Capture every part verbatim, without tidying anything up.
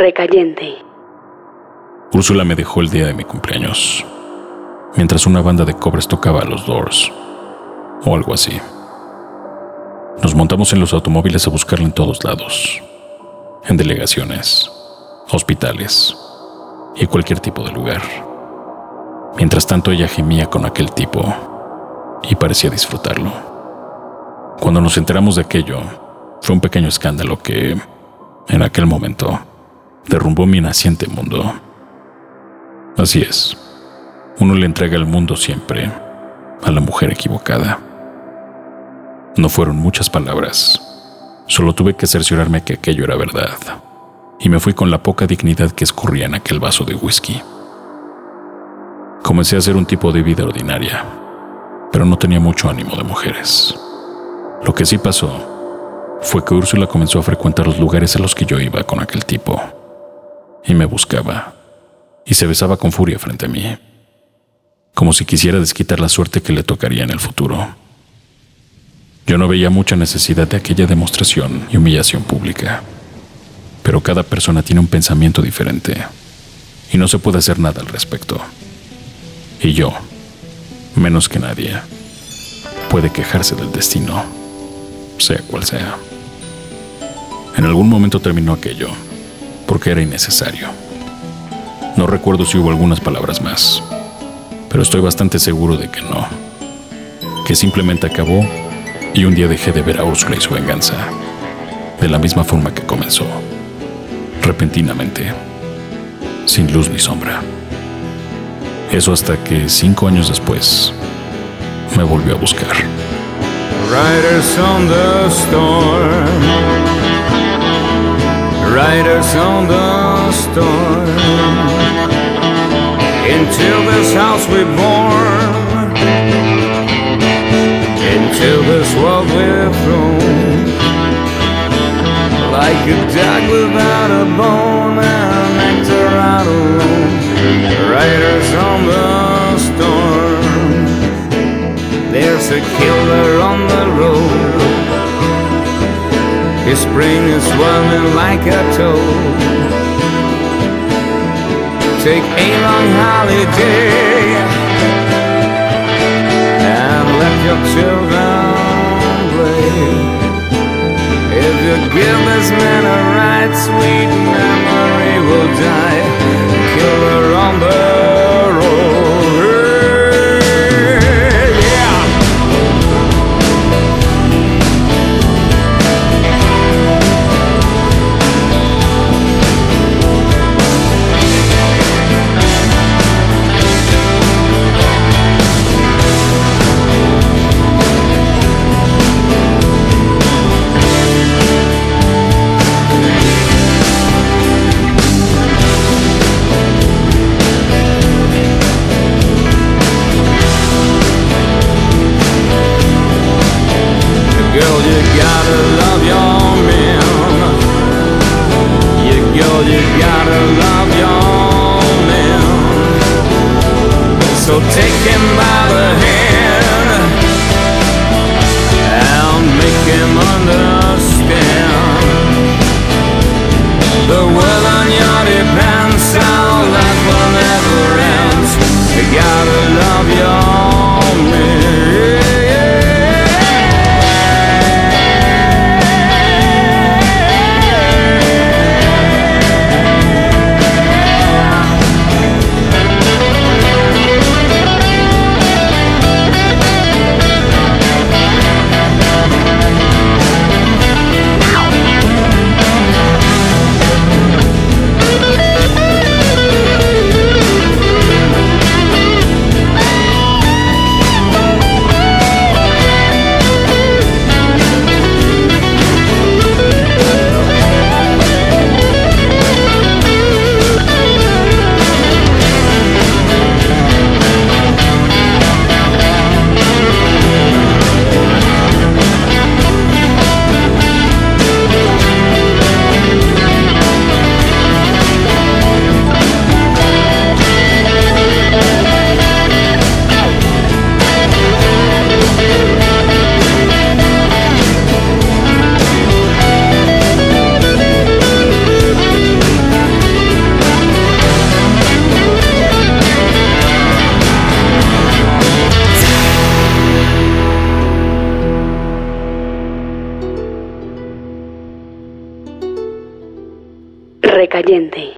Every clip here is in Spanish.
Recayente. Úrsula me dejó el día de mi cumpleaños, mientras una banda de cobres tocaba a los Doors, o algo así. Nos montamos en los automóviles a buscarla en todos lados, en delegaciones, hospitales y cualquier tipo de lugar. Mientras tanto ella gemía con aquel tipo y parecía disfrutarlo. Cuando nos enteramos de aquello, fue un pequeño escándalo que, en aquel momento, derrumbó mi naciente mundo. Así es, uno le entrega el mundo siempre a la mujer equivocada. No fueron muchas palabras, solo tuve que cerciorarme que aquello era verdad, y me fui con la poca dignidad que escurría en aquel vaso de whisky. Comencé a hacer un tipo de vida ordinaria, pero no tenía mucho ánimo de mujeres. Lo que sí pasó fue que Úrsula comenzó a frecuentar los lugares a los que yo iba con aquel tipo, y me buscaba, y se besaba con furia frente a mí, como si quisiera desquitar la suerte que le tocaría en el futuro. Yo no veía mucha necesidad de aquella demostración y humillación pública, pero cada persona tiene un pensamiento diferente, y no se puede hacer nada al respecto. Y yo, menos que nadie, puede quejarse del destino, sea cual sea. En algún momento terminó aquello, porque era innecesario. No recuerdo si hubo algunas palabras más, pero estoy bastante seguro de que no, que simplemente acabó y un día dejé de ver a Úrsula y su venganza, de la misma forma que comenzó, repentinamente, sin luz ni sombra. Eso hasta que cinco años después me volvió a buscar. Riders on the storm, riders on the storm, into this house we're born, into this world we're thrown, like a dog without a bone, an actor out alone. Riders on the storm, there's a killer on the road, his spring is swelling like a toad. Take a long holiday and let your children play. If you give this man a right, sweet memory will die. Killer on the road, yeah. Girl, you gotta love your man. You girl, you gotta love your man. So take him by the hand and make him understand. The world on your depends, all that will never end. You gotta love your man. Recayente.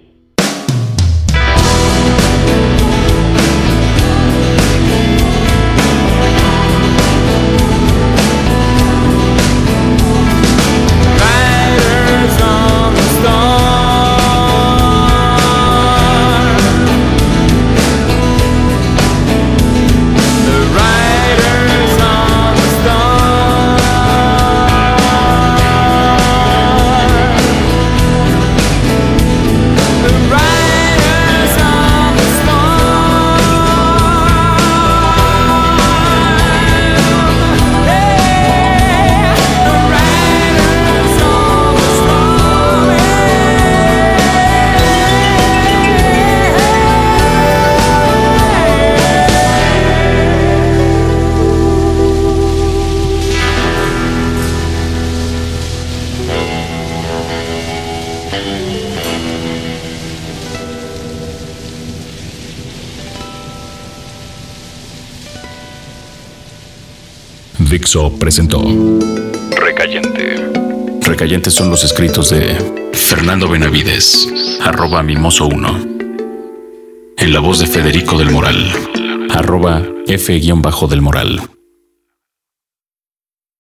Dixo presentó Recayente. Recayentes son los escritos de Fernando Benavides, arroba mimoso uno. En la voz de Federico del Moral, arroba F-del Moral.